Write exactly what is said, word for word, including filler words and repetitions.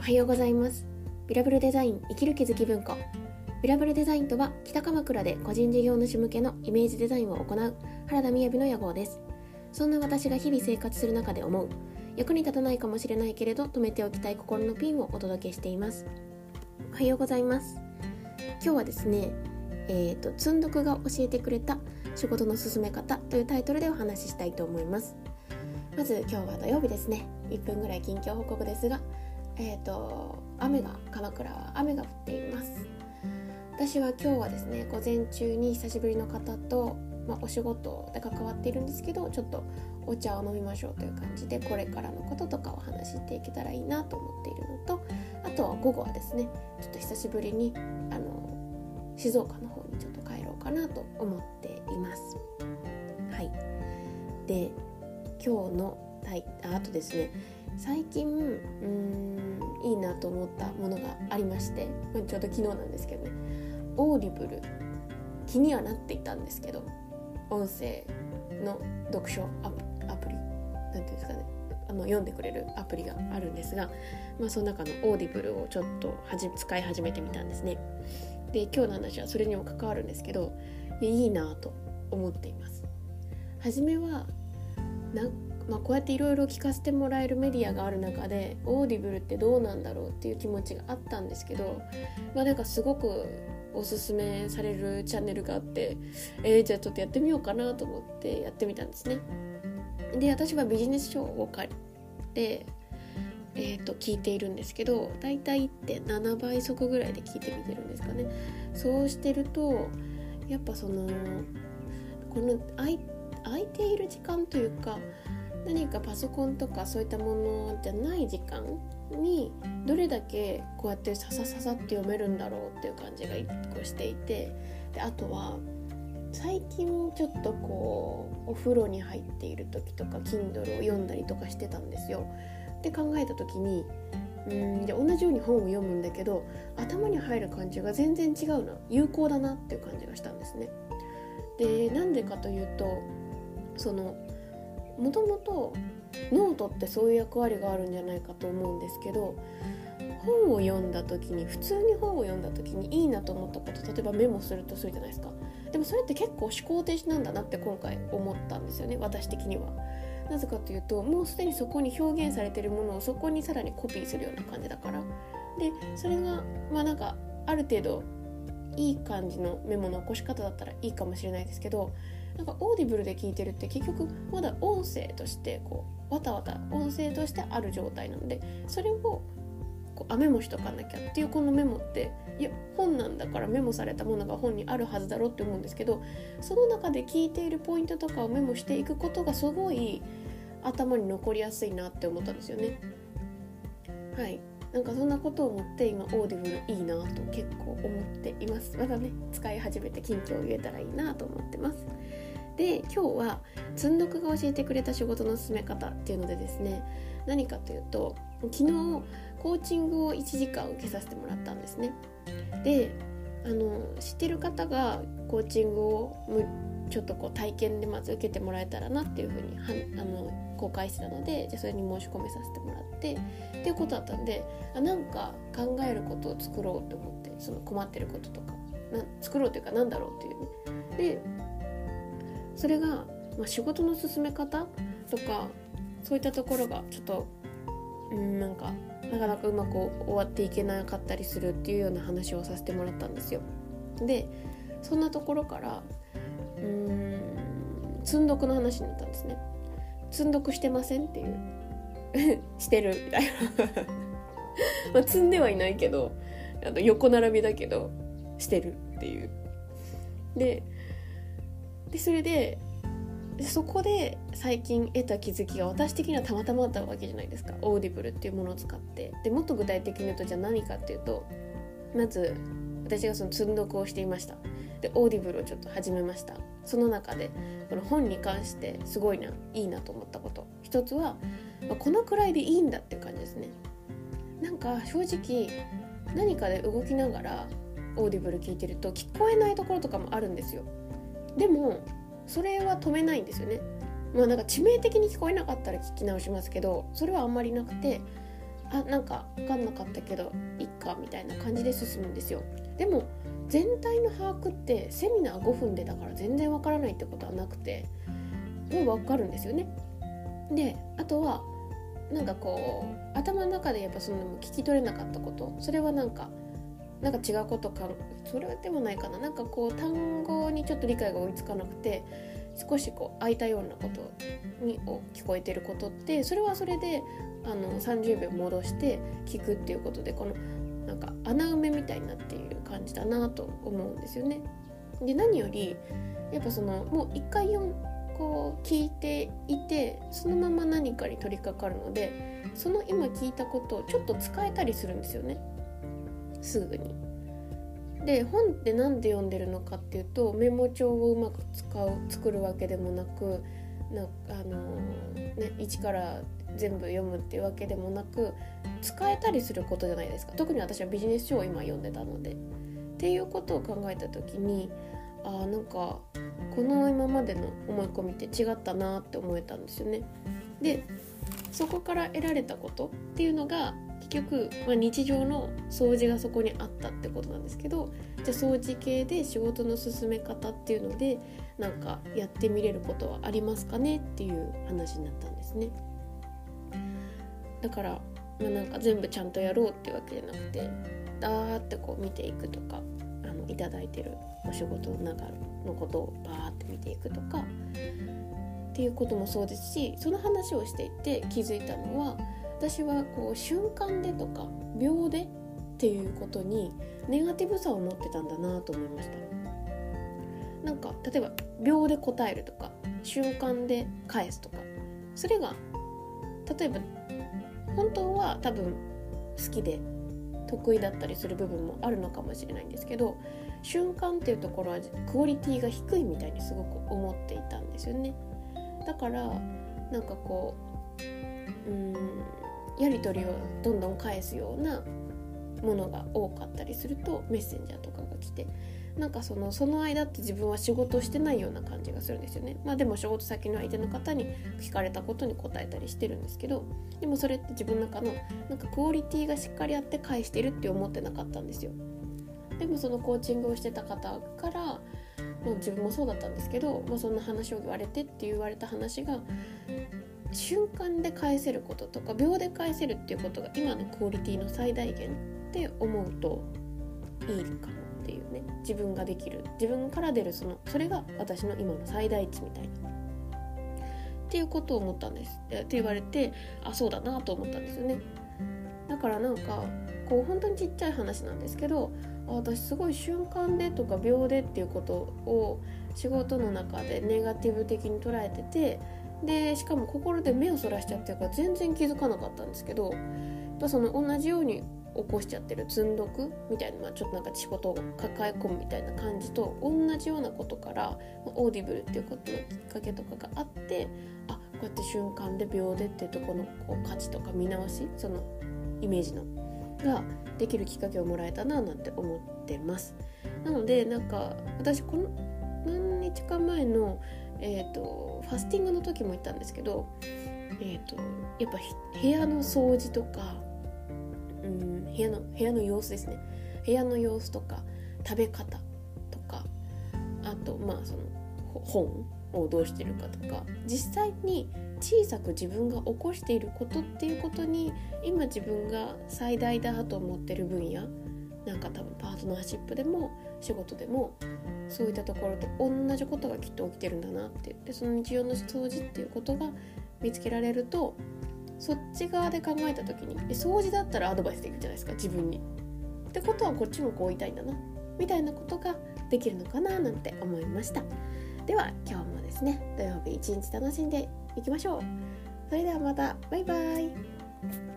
おはようございます。ビラブルデザイン生きる気づき文庫。ビラブルデザインとは北鎌倉で個人事業主向けのイメージデザインを行う原田雅の屋号です。そんな私が日々生活する中で思う役に立たないかもしれないけれど止めておきたい心のピンをお届けしています。おはようございます。今日はですねえーと積んどくが教えてくれた仕事の進め方というタイトルでお話ししたいと思います。まず今日は土曜日ですね。いっぷんぐらい近況報告ですが、えーと雨が鎌倉は雨が降っています。私は今日はですね午前中に久しぶりの方と、まあ、お仕事で関わっているんですけど、ちょっとお茶を飲みましょうという感じでこれからのこととかを話していけたらいいなと思っているのと、あとは午後はですねちょっと久しぶりにあの静岡の方にちょっと帰ろうかなと思っています。はい。で今日のあ, あとですね最近うーんいいなと思ったものがありまして、ちょうど昨日なんですけどね、オーディブル気にはなっていたんですけど、音声の読書ア プ, アプリなんていうんですかね、あの読んでくれるアプリがあるんですが、まあ、その中のオーディブルをちょっとはじ使い始めてみたんですね。で今日の話はそれにも関わるんですけど、いいなと思っています。初めはなまあ、こうやっていろいろ聞かせてもらえるメディアがある中でオーディブルってどうなんだろうっていう気持ちがあったんですけど、まあなんかすごくおすすめされるチャンネルがあって、えー、じゃあちょっとやってみようかなと思ってやってみたんですね。で私はビジネス書を借りて、えー、と聞いているんですけど、だいたいいってんななばい速ぐらいで聞いてみてるんですかね。そうしてるとやっぱそのこの空い、空いている時間というか、何かパソコンとかそういったものじゃない時間にどれだけこうやってささささって読めるんだろうっていう感じが一個していて、であとは最近ちょっとこうお風呂に入っている時とか Kindle を読んだりとかしてたんですよ。で考えた時にうーんじゃ同じように本を読むんだけど頭に入る感じが全然違うな、有効だなっていう感じがしたんですね。でなんでかというと、そのもともとノートってそういう役割があるんじゃないかと思うんですけど、本を読んだ時に普通に本を読んだ時にいいなと思ったこと、例えばメモするとするじゃないですか。でもそれって結構思考停止なんだなって今回思ったんですよね、私的には。なぜかというと、もうすでにそこに表現されているものをそこにさらにコピーするような感じだから。でそれがまあなんかある程度いい感じのメモの起こし方だったらいいかもしれないですけど、なんかオーディブルで聞いてるって結局まだ音声としてこうわたわた音声としてある状態なので、それをこうあメモしとかなきゃっていうこのメモって、いや本なんだからメモされたものが本にあるはずだろうって思うんですけど、その中で聞いているポイントとかをメモしていくことがすごい頭に残りやすいなって思ったんですよね。はい、なんかそんなことを思って今オーディブルいいなと結構思っています。まだね使い始めて近況を言えたらいいなと思ってます。で今日は積んどくが教えてくれた仕事の進め方っていうのでですね、何かというと昨日コーチングをいちじかん受けさせてもらったんですね。であの知ってる方がコーチングをちょっとこう体験でまず受けてもらえたらなっていうふうにはあの公開してたので、じゃあそれに申し込めさせてもらってっていうことだったんで、あなんか考えることを作ろうと思って、その困ってることとかな作ろうというかなんだろうっていうね。でそれが、まあ、仕事の進め方とかそういったところがちょっとうんなんかなかなかうまく終わっていけなかったりするっていうような話をさせてもらったんですよ。でそんなところからうーん積んどくの話になったんですね。積んどくしてませんっていうしてるみたいなまあ積んではいないけど、あと横並びだけどしてるっていうででそれでそこで最近得た気づきが私的にはたまたまあったわけじゃないですか。オーディブルっていうものを使って、でもっと具体的に言うとじゃあ何かっていうと、まず私がその積んどくをしていました。でオーディブルをちょっと始めました。その中でこの本に関してすごいないいなと思ったこと一つは、このくらいでいいんだっていう感じですね。なんか正直何かで動きながらオーディブル聞いてると聞こえないところとかもあるんですよ。でもそれは止めないんですよね。まあなんか致命的に聞こえなかったら聞き直しますけど、それはあんまりなくて、 あなんか分かんなかったけどいっかみたいな感じで進むんですよ。でも全体の把握ってセミナーごふんでだから全然分からないってことはなくて、もう分かるんですよね。であとはなんかこう頭の中でやっぱその聞き取れなかったこと、それはなんかなんか違うことか、それでもないかな、なんかこう単語にちょっと理解が追いつかなくて少しこう空いたようなことに聞こえてることって、それはそれであのさんじゅうびょう戻して聞くっていうことで、このなんか穴埋めみたいになっている感じだなと思うんですよね。で何よりやっぱそのもう一回読んこう聞いていてそのまま何かに取り掛かるので、その今聞いたことをちょっと使えたりするんですよね、すぐに。で本ってなんで読んでるのかっていうと、メモ帳をうまく使う作るわけでもなく、なあのーね、一から全部読むっていうわけでもなく、使えたりすることじゃないですか。特に私はビジネス書を今読んでたのでっていうことを考えた時に、あなんかこの今までの思い込みって違ったなって思えたんですよね。でそこから得られたことっていうのが結局、まあ、日常の掃除がそこにあったってことなんですけど、じゃあ掃除系で仕事の進め方っていうのでなんかやってみれることはありますかねっていう話になったんですね。だから、まあ、なんか全部ちゃんとやろうっていうわけじゃなくて、だーってこう見ていくとか、あのいただいてるお仕事の中のことをバーって見ていくとかっていうこともそうですし、その話をしていて気づいたのは、私はこう瞬間でとか秒でっていうことにネガティブさを持ってたんだなと思いました。なんか例えば秒で答えるとか瞬間で返すとか、それが例えば本当は多分好きで得意だったりする部分もあるのかもしれないんですけど、瞬間っていうところはクオリティが低いみたいにすごく思っていたんですよね。だからなんかこう、うーんやり取りをどんどん返すようなものが多かったりすると、メッセンジャーとかが来て、なんかそのその間って自分は仕事をしてないような感じがするんですよね。まあでも仕事先の相手の方に聞かれたことに答えたりしてるんですけど、でもそれって自分の中のなんかクオリティがしっかりあって返してるって思ってなかったんですよ。でもそのコーチングをしてた方から、まあ、自分もそうだったんですけど、まあ、そんな話を言われてって言われた話が、瞬間で返せることとか秒で返せるっていうことが今のクオリティの最大限って思うといいかもっていうね、自分ができる、自分から出るそのそれが私の今の最大値みたいなっていうことを思ったんですって言われて、あそうだなと思ったんですよね。だからなんかこう本当にちっちゃい話なんですけど、あ私すごい瞬間でとか秒でっていうことを仕事の中でネガティブ的に捉えてて、でしかも心で目をそらしちゃってるから全然気づかなかったんですけど、やっぱその同じように起こしちゃってる積んどくみたいな、まあ、ちょっとなんか仕事を抱え込むみたいな感じと同じようなことから、まあ、オーディブルっていうことのきっかけとかがあって、あこうやって瞬間で秒でっていうところのこう価値とか見直し、そのイメージのができるきっかけをもらえたななんて思ってます。なのでなんか私この何日か前のえーと、ファスティングの時も言ったんですけど、えーと、やっぱ部屋の掃除とか、うん、部屋の部屋の様子ですね。部屋の様子とか食べ方とか、あとまあその本をどうしてるかとか、実際に小さく自分が起こしていることっていうことに今自分が最大だと思ってる分野、なんか多分パートナーシップでも仕事でもそういったところと同じことがきっと起きてるんだなって言って、その日常の掃除っていうことが見つけられると、そっち側で考えた時に掃除だったらアドバイスできるじゃないですか、自分に。ってことはこっちもこう言いたいんだなみたいなことができるのかななんて思いました。では今日もですね、土曜日一日楽しんでいきましょう。それではまた、バイバイ。